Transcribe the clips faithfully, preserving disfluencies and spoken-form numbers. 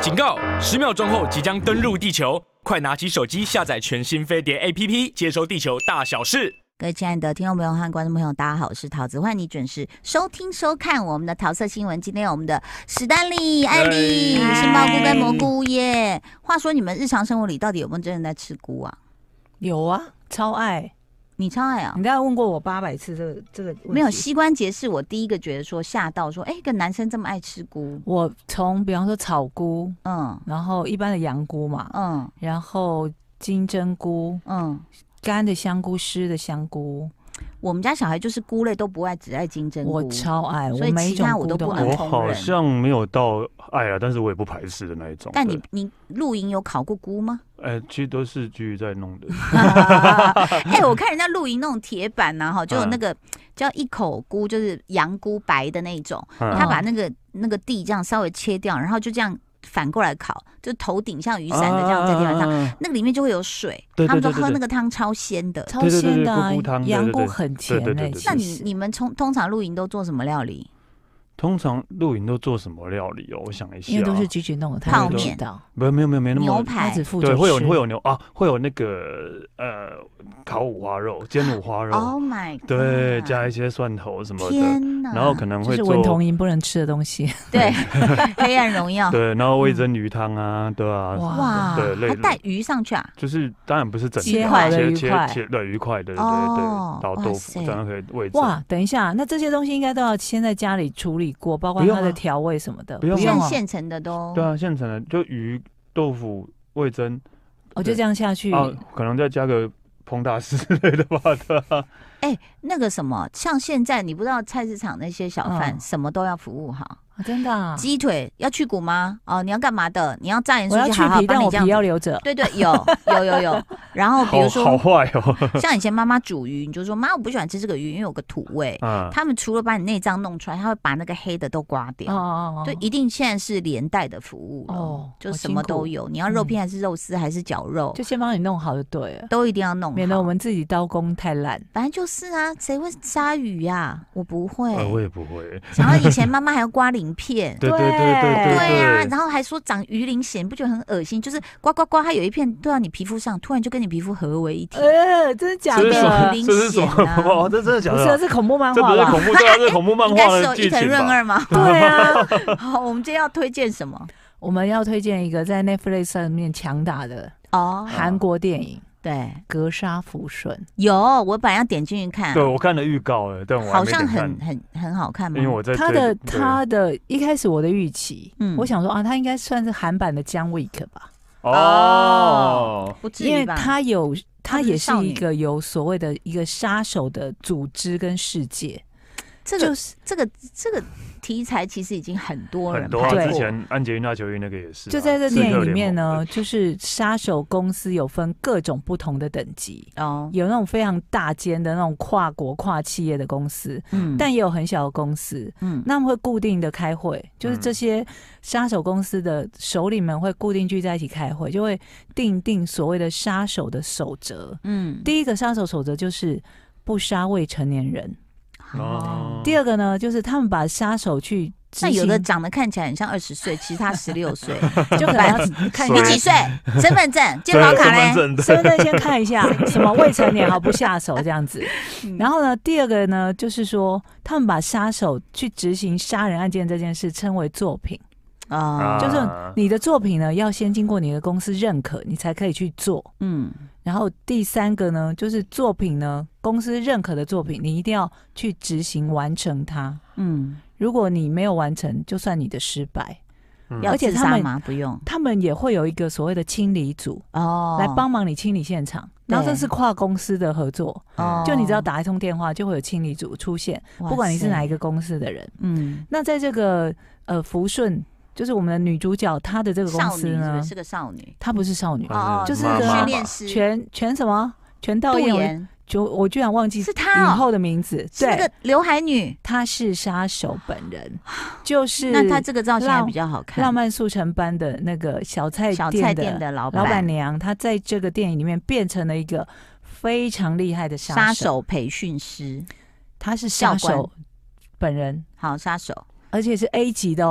警告！十秒钟后即将登陆地球，快拿起手机下载全新飞碟 A P P， 接收地球大小事。 各位亲爱的听众朋友和观众朋友，大家好，我是桃子，欢迎你准时收听收看我们的桃色新闻。今天有我们的史丹利、艾莉、杏鲍菇跟蘑菇耶。话说你们日常生活里到底有没有真的在吃菇啊？ 有啊，超爱。 你超爱啊！ 你刚才问过我八百次这个这个没有膝关节是我第一个觉得说吓到说，哎、欸，一个男生这么爱吃菇。 我从比方说草菇， 嗯， 然后一般的洋菇嘛， 嗯， 然后金针菇， 嗯， 干的香菇、湿的香菇。 我们家小孩就是菇类都不爱，只爱金针菇。 我超爱， 所以其他我都不能我好像没有到爱啊，但是我也不排斥的那一种。 但你你露营有烤过菇吗？ 哎、欸，其实都是居在弄的。 哎、欸，我看人家露营那种铁板呐，哈，就有那个叫一口菇，就是洋菇白的那种， 嗯、 他把那个那个地这样稍微切掉，然后就这样反过来烤，就头顶像雨伞的这样在地板上，啊、那个里面就会有水。 对对对对对， 他们说喝那个汤超鲜的， 超鲜的、啊， 对对对对洋菇很甜诶、欸。 那你你们通通常露营都做什么料理？ 通常露营都做什么料理哦？我想一下， 因为都是菊菊弄的， 泡面， 没有没有没有没那么牛排， 对，会有会有牛啊，会有那个呃烤五花肉、煎五花肉 ，Oh my god， 对，加一些蒜头什么的， 天哪， 然后可能会做就是文童莹不能吃的东西， 对，黑暗荣耀， 对，然后味噌鱼汤啊，对啊， 哇， 对，类还带鱼上去啊， 就是当然不是整切好的鱼块， 切对鱼块，对对对对，然后豆腐这样可以味噌。 哇，等一下，那这些东西应该都要先在家里处理过，包括它的调味什么的， 不用现在现成的都， 对啊，现成的就鱼、豆腐、味噌， 我就这样下去， 啊，可能再加个烹大师之类的吧，对啊。 哎、欸，那个什么，像现在你不知道菜市场那些小贩、嗯、什么都要服务好。 啊、真的、啊， 鸡腿要去骨吗？哦，你要干嘛的？你要炸盐酥鸡， 好好帮你这样，皮要留着。 对对，有有有有。然后比如说， 好坏哦。 像以前妈妈煮鱼，你就说妈，我不喜欢吃这个鱼，因为有个土味。嗯。他们除了把你内脏弄出来，他会把那个黑的都刮掉。哦哦哦。对，一定现在是连带的服务哦，就什么都有。你要肉片还是肉丝还是绞肉， 就先帮你弄好就对了， 都一定要弄好， 免得我们自己刀工太烂。 反正就是啊，谁会杀鱼呀、啊？我不会、 呃，我也不会。 然后以前妈妈还要刮鳞片。 对。对对对对对啊，然后还说长鱼鳞癣，你不觉得很恶心？就是刮刮刮，它有一片对到你皮肤上，突然就跟你皮肤合为一体。 呃，真的假的？ 鱼鳞这是什么？这真的假的？ 不是，这是恐怖漫画吧？ 这不是恐怖，对啊，这是恐怖漫画的剧情吧？ 应该是有伊藤润二吗？ 对啊。 好，我们今天要推荐什么？ 我们要推荐一个在 Netflix 上面强打的哦韩国电影。对，格杀福顺有，我本来要点进去看、啊， 对我看了预告了，但我好像很很很好看吗？ 因为我在他的他的一开始我的预期，嗯，我想说啊，他应该算是韩版的姜维克吧？ 哦， 不至于吧？ 因为他有，他也是一个有所谓的一个杀手的组织跟世界。 这个、就是这个这个题材其实已经很多人很多啊，之前安杰丽娜·裘伊那个也是、啊。 就在这电影里面呢，就是杀手公司有分各种不同的等级哦，有那种非常大间的那种跨国跨企业的公司，嗯，但也有很小的公司，嗯，那么会固定的开会，就是这些杀手公司的首领们会固定聚在一起开会，就会定定所谓的杀手的守则，嗯，第一个杀手守则就是不杀未成年人。哦，第二个呢，就是他们把杀手去， 那有的长得看起来很像二十岁，其实他十六岁， 就可能要看你几岁，身份证、健保卡嘞， 身份证先看一下，什么未成年好不下手这样子。然后呢，第二个呢，就是说他们把杀手去执行杀人案件这件事称为作品。啊，就是你的作品呢，要先经过你的公司认可，你才可以去做。嗯，然后第三个呢，就是作品呢，公司认可的作品，你一定要去执行完成它。嗯，如果你没有完成，就算你的失败。 嗯、而且他们不用， 他们也会有一个所谓的清理组哦，来帮忙你清理现场。然后这是跨公司的合作，哦，就你只要打一通电话，就会有清理组出现，不管你是哪一个公司的人。嗯，那在这个呃福顺。就是我们的女主角，她的这个公司呢， 是不是是个少女？ 她不是少女， 哦、 就是个训练师， 全全什么全道彦，就我居然忘记是她影后的名字， 是那个刘海女， 她是杀手本人，就是那她这个造型还比较好看， 浪漫速成班的那个小菜小菜店的老老板娘，她在这个电影里面变成了一个非常厉害的杀手杀手培训师， 她是杀手本人， 好杀手， 而且是 A 级的哦。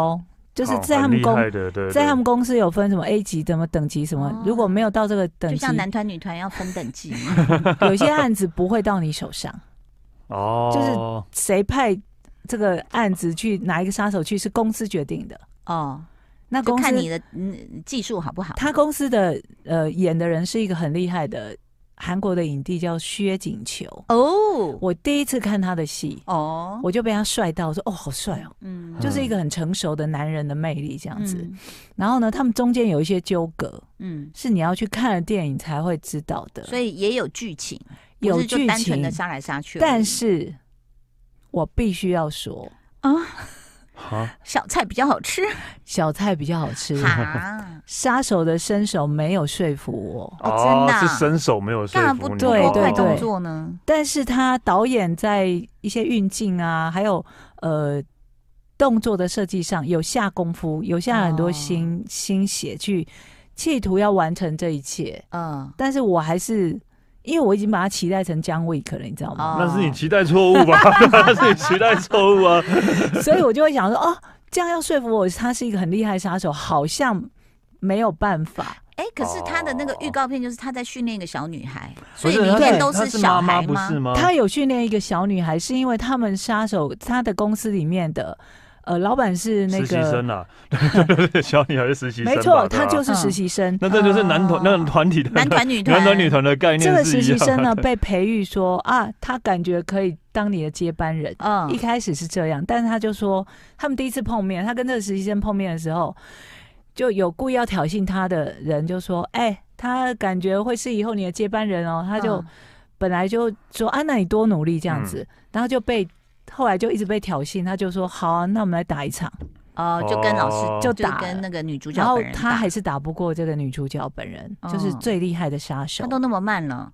就是在他们公、 哦、对对在他们公司有分什么 A 级、什么等级什么、哦，如果没有到这个等级， 就像男团女团要分等级， 有些案子不会到你手上。哦，就是谁派这个案子去哪一个杀手去是公司决定的哦。那公司看你的嗯技术好不好？ 他公司的呃演的人是一个很厉害的韩国的影帝，叫薛景求哦。我第一次看他的戏哦，我就被他帅到，我说哦好帅哦，嗯，就是一个很成熟的男人的魅力这样子。嗯、然后呢，他们中间有一些纠葛，嗯，是你要去看了电影才会知道的， 所以也有剧情，有剧情，就单纯的杀来杀去。 但是我必须要说啊。 小菜比较好吃， 小菜比较好吃。杀手的身手没有说服我， 哦，真的、啊、 是身手没有说服你。干嘛不对对动作呢？ 但是他导演在一些运镜啊，还有呃动作的设计上有下功夫，有下很多心、哦、心血去企图要完成这一切。嗯，但是我还是。因为我已经把它期待成John Wick了，你知道吗？ 那是你期待错误吧？那是你期待错误啊！ 所以我就会想说，哦，这样要说服我，他是一个很厉害的杀手，好像没有办法。 哎、欸，可是他的那个预告片就是他在训练一个小女孩，所以里面都是小孩吗？ 是吗？ 他有训练一个小女孩，是因为他们杀手他的公司里面的。呃，老板是那个实习生啊，小女孩是实习生， 没错，他就是实习生。 嗯、那这就是男团、嗯、那种团体的男团女团、 男团女团的概念是一样的。 这个实习生呢，被培育说啊，他感觉可以当你的接班人。嗯，一开始是这样，但是他就说，他们第一次碰面，他跟这个实习生碰面的时候，就有故意要挑衅他的人就说，哎、欸，他感觉会是以后你的接班人哦，他就、嗯、本来就说啊，那你多努力这样子，嗯、然后就被。后来就一直被挑衅，他就说好啊，那我们来打一场哦，就跟老师就打就跟那个女主角本人打， 然后他还是打不过这个女主角本人，哦、就是最厉害的杀手。 他都那么慢了，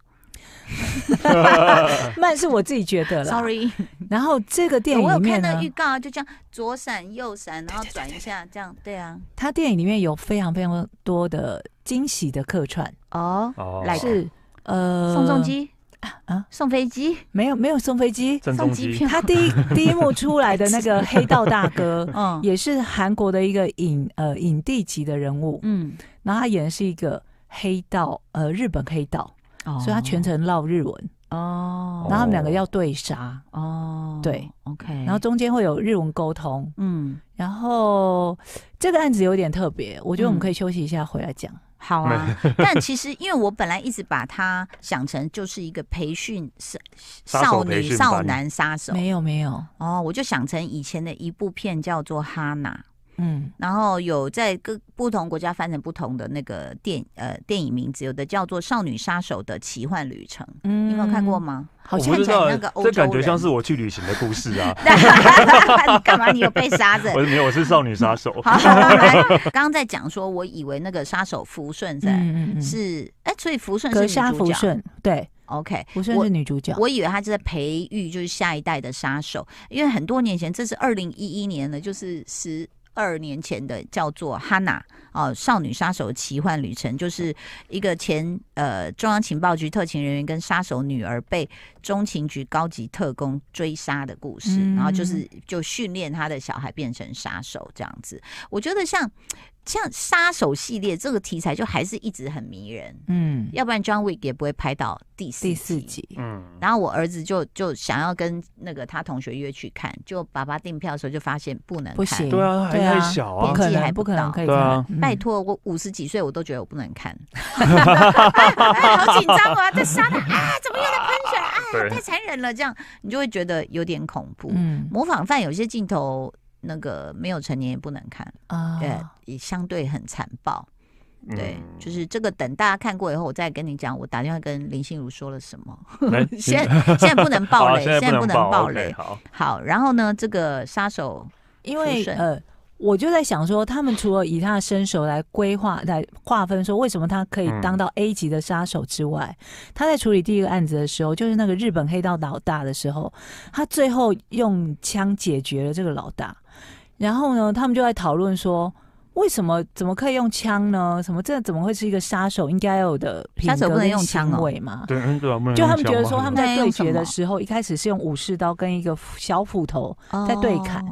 慢是我自己觉得了 ，sorry。 然后这个电影里面呢， 我有看那个预告，就这样左闪右闪，然后转一下，这样对啊。 他电影里面有非常非常多的惊喜的客串哦， 来是呃宋仲基。啊，送飞机没有没有送飞机， 送机票。 他第一第一幕出来的那个黑道大哥，嗯，也是韩国的一个影呃影帝级的人物，嗯，然后他演的是一个黑道呃日本黑道，哦、所以他全程唠日文哦，然后他们两个要对杀哦，对 ，OK， 然后中间会有日文沟通，嗯，然后这个案子有点特别，我觉得我们可以休息一下回来讲。 好啊，但其实因为我本来一直把它想成就是一个培训少女少男杀手， 没有没有哦，我就想成以前的一部片叫做《哈娜》，嗯，然后有在各不同国家翻成不同的那个电呃电影名字，有的叫做《少女杀手的奇幻旅程》，嗯，你有没有看过吗？ 好像看起来那个欧洲人， 这感觉像是我去旅行的故事啊！ 你干嘛？你有被杀着？ 我没有，我是少女杀手。 好，来，刚刚在讲说，我以为那个杀手福顺在、嗯嗯、是，哎、欸，所以福顺是女主角。 格杀福顺，对 ，OK， 福顺是女主角我。 我以为她是在培育，就是下一代的杀手，因为很多年前，这是二零一一年了，就是十。二年前的叫做哈娜哦，少女杀手奇幻旅程，就是一个前呃中央情报局特勤人员跟杀手女儿被中情局高级特工追杀的故事，嗯、然后就是就训练他的小孩变成杀手这样子。我觉得像像杀手系列这个题材就还是一直很迷人，嗯，要不然 John Wick 也不会拍到第四集。第四集，嗯，然后我儿子就就想要跟那个他同学约去看，就爸爸订票的时候就发现不能看， 不行， 对啊，还太小啊， 年纪还不到， 可以看。啊嗯、拜托，我五十几岁我都觉得我不能看，好紧张啊，在杀他啊，怎么又在喷血啊，太残忍了，这样你就会觉得有点恐怖。嗯，模仿犯有些镜头。那个没有成年也不能看啊，对，也相对很残暴。对，嗯、就是这个，等大家看过以后，我再跟你讲。我打电话跟林心如说了什么。现在现在不能爆雷，现在不能爆雷。好，好，然后呢，这个杀手， 因为呃，我就在想说，他们除了以他的身手来规划、来划分，说为什么他可以当到 A 级的杀手之外，嗯、他在处理第一个案子的时候，就是那个日本黑道老大的时候，他最后用枪解决了这个老大。然后呢，他们就在讨论说，为什么怎么可以用枪呢？什么这怎么会是一个杀手应该有的品格跟行为嘛？ 对，对啊， 就他们觉得说，他们在对决的时候，一开始是用武士刀跟一个小斧头在对砍，哦、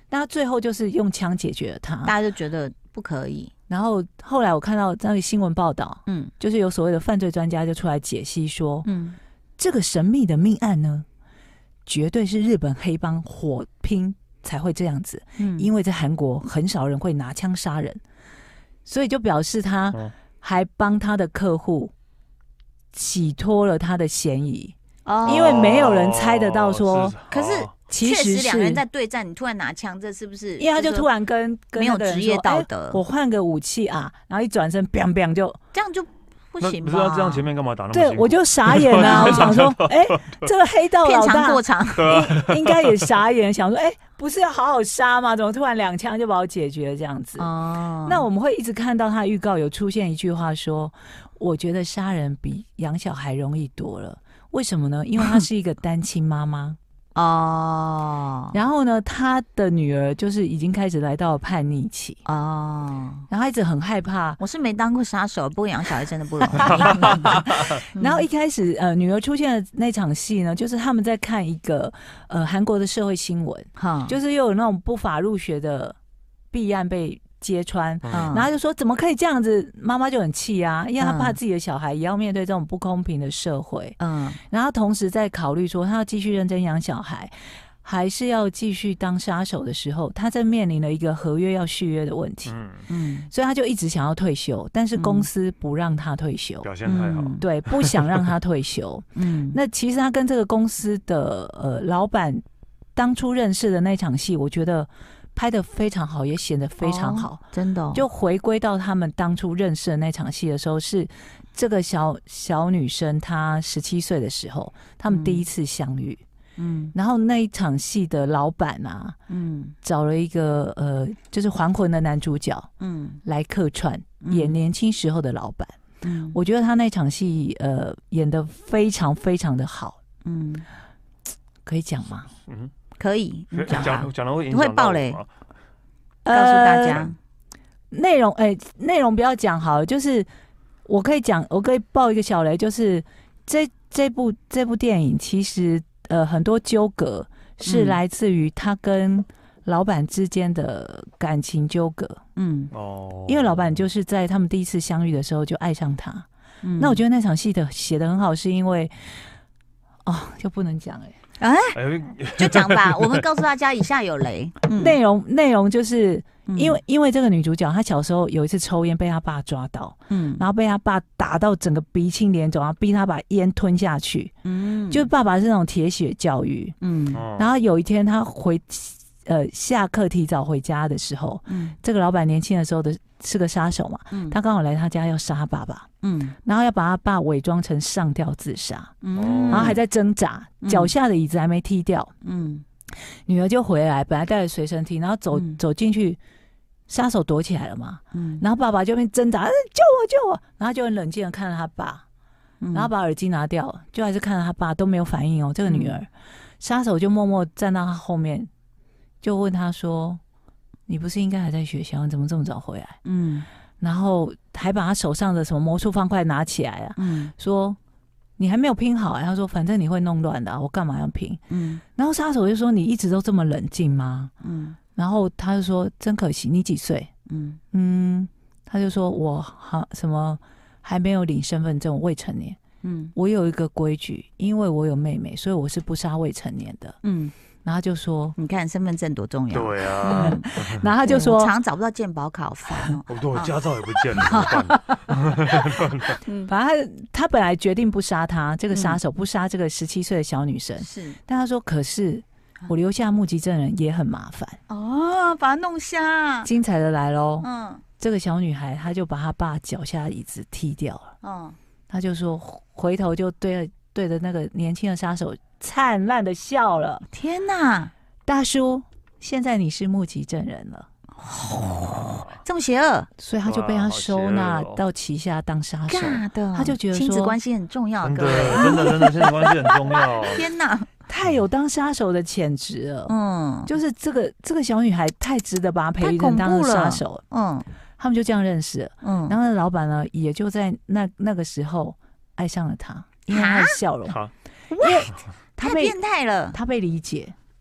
但他最后就是用枪解决了他， 大家就觉得不可以。 然后后来我看到那个新闻报道，嗯，就是有所谓的犯罪专家就出来解析说，嗯，这个神秘的命案呢，绝对是日本黑帮火拼才会这样子，嗯，因为在韩国很少人会拿枪杀人，所以就表示他还帮他的客户洗脱了他的嫌疑，哦，因为没有人猜得到说， 哦、 可是。其实两个人在对战，你突然拿枪，这是不是？ 因为他就突然跟跟没有职业道德， 欸、我换个武器啊，然后一转身，biang biang就这样就不行吧？ 不是要这样前面干嘛打那么对，我就傻眼了、啊，我想说，哎、欸，这个黑道老大片长过长， 应该也傻眼，想说，哎、欸，不是要好好杀吗？怎么突然两枪就把我解决了这样子？哦，那我们会一直看到他预告有出现一句话说，我觉得杀人比养小孩容易多了，为什么呢？因为她是一个单亲妈妈。哦，然后呢，他的女儿就是已经开始来到了叛逆期哦，然后他一直很害怕。 我是没当过杀手，不过养小孩真的不容易。 然后一开始呃，女儿出现的那场戏呢，就是他们在看一个呃韩国的社会新闻，嗯、就是又有那种不法入学的弊案被揭穿，嗯、然后他就说怎么可以这样子？妈妈就很气啊，因为他怕自己的小孩也要面对这种不公平的社会。嗯，然后同时在考虑说他要继续认真养小孩，还是要继续当杀手的时候，他在面临了一个合约要续约的问题。嗯嗯，所以他就一直想要退休，但是公司不让他退休， 表现太好， 嗯、对，不想让他退休。嗯，那其实他跟这个公司的呃老板当初认识的那场戏，我觉得。拍得非常好，也显得非常好，哦、 真的、哦。 就回归到他们当初认识的那场戏的时候，是这个小小女生她十七岁的时候，他们第一次相遇。嗯，然后那一场戏的老板啊，嗯，找了一个呃，就是还魂的男主角，嗯，来客串、嗯、演年轻时候的老板。嗯，我觉得他那场戏呃演得非常非常的好。嗯，可以讲吗？嗯。 可以，你讲讲讲了会影响到我吗？会爆雷，告诉大家内容。哎、欸，内容不要讲好了，就是我可以讲，我可以爆一个小雷，就是这这部这部电影其实呃很多纠葛是来自于他跟老板之间的感情纠葛。嗯，哦，因为老板就是在他们第一次相遇的时候就爱上他。嗯，那我觉得那场戏的写得很好，是因为哦就不能讲哎、欸。 哎，就讲吧，我们告诉大家以下有雷。 内、嗯、容内容就是因为、嗯、因为这个女主角她小时候有一次抽烟被她爸抓到，嗯，然后被她爸打到整个鼻青脸肿，然后逼她把烟吞下去，嗯，就是爸爸是那种铁血教育，嗯，然后有一天她回呃下课提早回家的时候，嗯，这个老板年轻的时候的是个杀手嘛，嗯，他刚好来他家要杀爸爸，嗯，然后要把他爸伪装成上吊自杀，嗯，然后还在挣扎，脚、嗯、下的椅子还没踢掉，嗯，女儿就回来，本来带着随身听，然后走、嗯、走进去，杀手躲起来了嘛，嗯，然后爸爸就边挣扎，救我救我，然后就很冷静的看着他爸，嗯、然后把耳机拿掉，就还是看着他爸都没有反应哦，这个女儿，杀、嗯、手就默默站到他后面，就问他说。你不是应该还在学校？你怎么这么早回来？嗯，然后还把他手上的什么魔术方块拿起来啊？嗯，说你还没有拼好、欸。他说反正你会弄乱的、啊，我干嘛要拼？嗯，然后杀手就说你一直都这么冷静吗？嗯，然后他就说真可惜，你几岁？嗯嗯，他就说我好什么还没有领身份证，我未成年。嗯，我有一个规矩，因为我有妹妹，所以我是不杀未成年的。嗯。然后就说：“ 你看身份证多重要。” 对啊， 嗯、然后他就说：“ 常常找不到健保卡，好烦哦。” 哦，对，我驾照也不见了， 嗯、反正他他本来决定不杀他这个杀手，不杀这个十七岁的小女生。是，但他说：“可是我留下目击证人也很麻烦哦，把他弄瞎。” 精彩的来喽！嗯，这个小女孩她就把她爸脚下的椅子踢掉了。嗯，她就说回头就对对着那个年轻的杀手。灿烂的笑了， 天哪！ 大叔，现在你是目击证人了， 哦、这么邪恶， 所以他就被他收纳到旗下当杀手。他就觉得亲子关系很重要， 真的，真的，真的，亲子关系很重要。 天哪， 太有当杀手的潜质了。嗯，就是这个这个小女孩太值得把她培育成当个杀手。嗯，他们就这样认识了。嗯，然后老板呢，也就在那那个时候爱上了她，因为她的笑容，因为。 太变态了， 他被理解，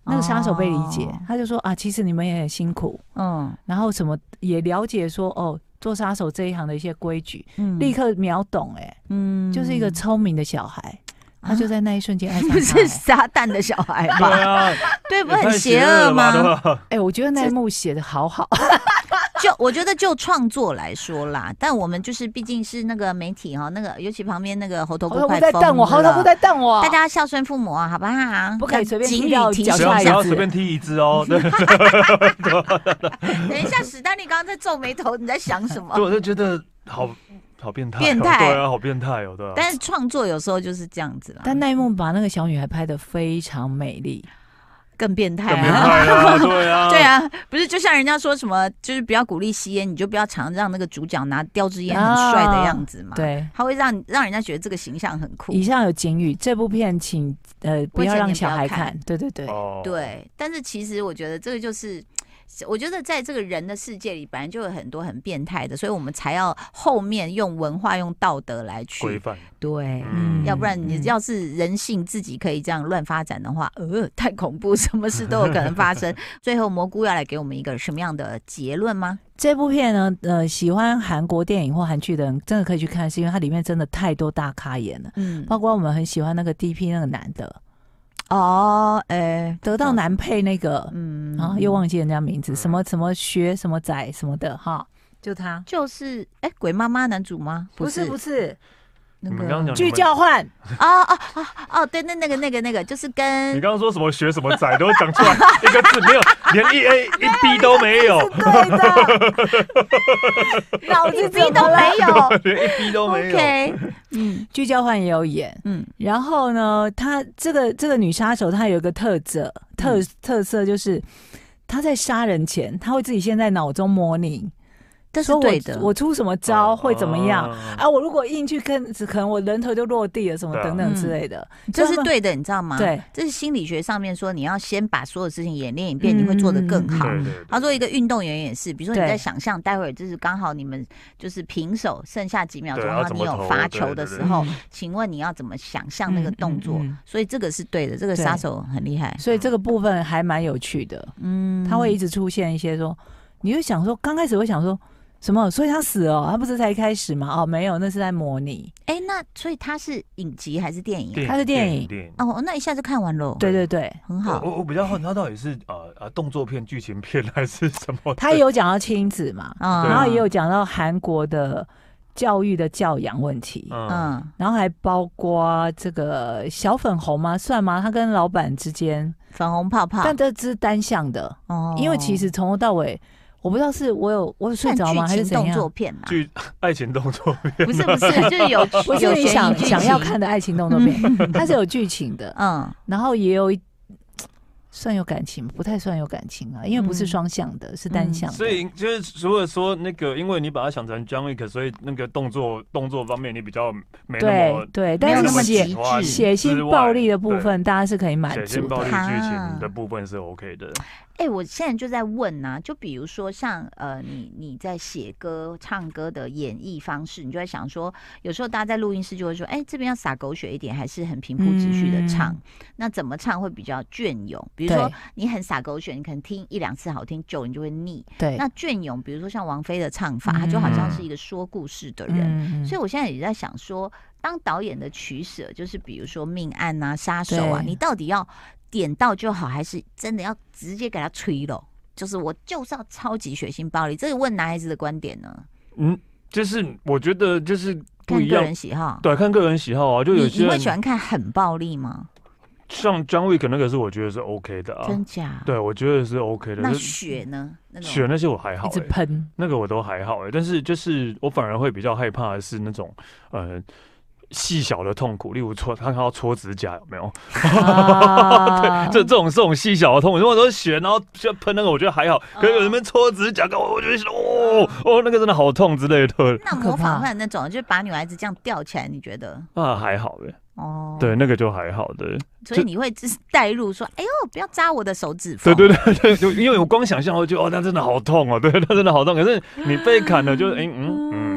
那个杀手被理解，哦、他就说啊，其实你们也很辛苦，嗯，然后什么也了解说哦，做杀手这一行的一些规矩，嗯，立刻秒懂、欸，哎，嗯，就是一个聪明的小孩。他就在那一瞬间爱上他、欸， 不是撒旦的小孩吧？ 对啊， 对，不很邪恶吗？ 哎、欸，我觉得那一幕写的好好。 就我觉得就创作来说啦，但我们就是毕竟是那个媒体哈，那个尤其旁边那个猴头菇快疯了， 在瞪我，猴头菇在瞪我， 大家孝顺父母啊，好不好？ 不可以随便警语提醒， 不要随便踢椅子哦。 等一下，史丹利刚刚在皱眉头，你在想什么？ 对，我就觉得好。好变态、喔， 变态， 对啊，好变态哦、喔，对啊。 但是创作有时候就是这样子啦。 但那一幕把那个小女孩拍得非常美丽， 更变态、啊， 更变态啊，对啊， 对啊，不是就像人家说什么，就是不要鼓励吸烟，你就不要常让那个主角拿叼支烟很帅的样子嘛。啊、 对， 他会让让人家觉得这个形象很酷。 以上有警语，这部片请呃不要让小孩看。对对对， 哦、 对。但是其实我觉得这个就是。我觉得在这个人的世界里，本来就有很多很变态的，所以我们才要后面用文化、用道德来去规范。 对，嗯，要不然你要是人性自己可以这样乱发展的话，呃，太恐怖，什么事都有可能发生。最后，蘑菇要来给我们一个什么样的结论吗？ 这部片呢，呃，喜欢韩国电影或韩剧的人，真的可以去看，是因为它里面真的太多大咖演了，嗯，包括我们很喜欢那个 D P 那个男的。 哦，哎、欸， 得到男配那个，嗯，啊，又忘记人家名字，什么什么学什么仔什么的，哈，就他， 就是哎、欸，鬼妈妈男主吗？ 不是，不是。 那个剧交换哦哦哦哦，对，那那个那个那个就是跟你刚刚说什么学什么仔都讲出来一个字没有，连一 A 一 B 都没有， 对的， 脑子 B 都没有， 连一 B 都没有。 Okay, 嗯，剧交换也有演，嗯，然后呢，她这个这个女杀手她有一个特色特特色就是她在杀人前，她会自己先在脑中模拟。 这是对的， 我, 我出什么招会怎么样、哦、啊？我如果硬去跟，可能我人头就落地了，什么等等之类的， 嗯、这是对的，你知道吗？ 对， 这是心理学上面说，你要先把所有事情演练一遍，嗯、你会做得更好。他说一个运动员也是，比如说你在想象，待会儿就是刚好你们就是平手，剩下几秒钟，然后你有罚球的时候，对对对，请问你要怎么想象那个动作？嗯嗯嗯、所以这个是对的，这个杀手很厉害， 所以这个部分还蛮有趣的。嗯，他会一直出现一些说，你会想说，刚开始会想说。什么？所以他死了？他不是才开始吗？哦，没有，那是在模拟。 哎、欸，那所以他是影集还是电影？ 他是电影。 电影哦，那一下就看完了。 对对对， 很好。 我我比较好奇，他到底是呃呃动作片、剧情片还是什么？ 他有讲到亲子嘛，嗯、然后也有讲到韩国的教育的教养问题，嗯，然后还包括这个小粉红吗？算吗？他跟老板之间粉红泡泡， 但这是单向的哦，因为其实从头到尾。我不知道是我有我有睡着吗，还是怎样？ 动作片嘛， 剧爱情动作片， 不是不是，就是有不是你想想要看的爱情动作片，它是有剧情的，嗯，然后也有算有感情，不太算有感情啊，因为不是双向的，嗯、是单向的。 所以就是如果说那个，因为你把它想成 John Wick， 所以那个动作动作方面你比较没那么对对，但是血血腥暴力的部分，大家是可以满足的。 血腥暴力剧情的部分是 OK 的。 哎、欸，我现在就在问啊，就比如说像呃，你你在写歌、唱歌的演绎方式，你就在想说，有时候大家在录音室就会说，哎、欸，这边要洒狗血一点，还是很平铺直叙的唱？嗯、那怎么唱会比较隽永？比如说你很洒狗血，你可能听一两次好听，久你就会腻。 对， 那隽永，比如说像王菲的唱法，他就好像是一个说故事的人。嗯、所以我现在也在想说，当导演的取舍，就是比如说命案啊、杀手啊，你到底要点到就好，还是真的要直接给他吹了？就是我就是要超级血腥暴力，这个问男孩子的观点呢？ 嗯，就是我觉得就是不一样， 看个人喜好， 对，看个人喜好啊。就有些人你会喜欢看很暴力吗？ 像 John Wick 那个是我觉得是 OK 的啊， 真假？ 对，我觉得是 OK 的。 那血呢？那种血那些我还好、欸， 一直喷那个我都还好哎、欸，但是就是我反而会比较害怕的是那种呃。细小的痛苦，例如戳他看到戳指甲有没有？啊、对，这这种这种细小的痛苦，如果说血，然后就喷那个，我觉得还好。可是有人戳指甲，我觉得哦哦，那个真的好痛之类的。 那模仿犯那种，就是把女孩子这样吊起来，你觉得？ 啊，还好哎。哦，对，那个就还好的。 所以你会就是带入说，哎呦，不要扎我的手指缝。对对对对，因为我光想象，我就觉得哦，那真的好痛哦，对，那真的好痛。可是你被砍了就，就哎嗯嗯，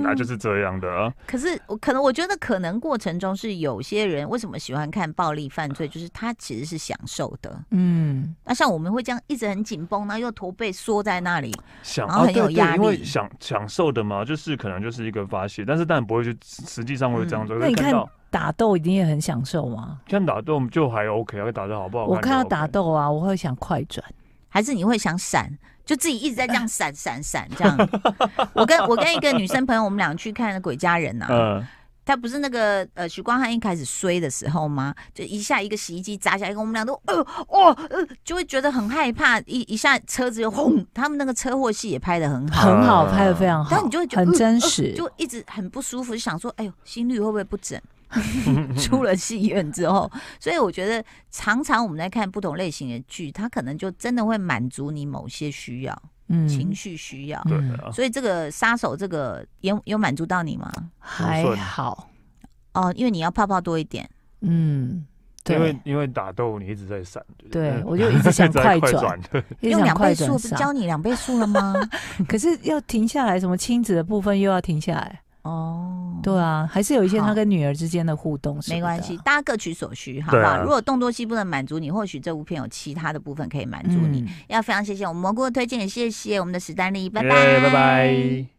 来就是这样的啊。 可是我可能我觉得可能过程中是有些人为什么喜欢看暴力犯罪，就是他其实是享受的。嗯，那像我们会这样一直很紧绷，然后又驼背缩在那里， 想然后很有压力， 啊、对对因为享享受的嘛，就是可能就是一个发泄，但是当然不会去实际上会这样做。嗯、 那你看打斗一定也很享受吗？ 看打斗就还 OK 啊，打得好不好看、OK？ 我看到打斗啊，我会想快转， 还是你会想闪？就自己一直在这样闪闪闪这样。我跟我跟一个女生朋友，我们俩去看《鬼家人》啊。嗯。他不是那个呃许光汉一开始衰的时候吗？就一下一个洗衣机砸下来，我们俩都呃哦呃就会觉得很害怕，一一下车子就轰，他们那个车祸戏也拍得很好， 很好，拍得非常好， 但你就会觉得很真实， 呃呃、就一直很不舒服，就想说，哎呦，心率会不会不整？出了戏院之后，所以我觉得常常我们在看不同类型的剧，它可能就真的会满足你某些需要。嗯，情绪需要， 对啊， 所以这个杀手这个有有满足到你吗？ 还好哦，因为你要泡泡多一点， 嗯， 对，因为因为打斗你一直在闪， 对我就一直想快转， 用两倍速，不是教你两倍速了吗？ 可是要停下来，什么亲子的部分又要停下来。哦，对啊，还是有一些他跟女儿之间的互动， 没关系，大家各取所需，好不好？啊、如果动作戏不能满足你，或许这部片有其他的部分可以满足你。嗯、要非常谢谢我们蘑菇的推荐，也谢谢我们的史丹利，拜拜， 拜拜。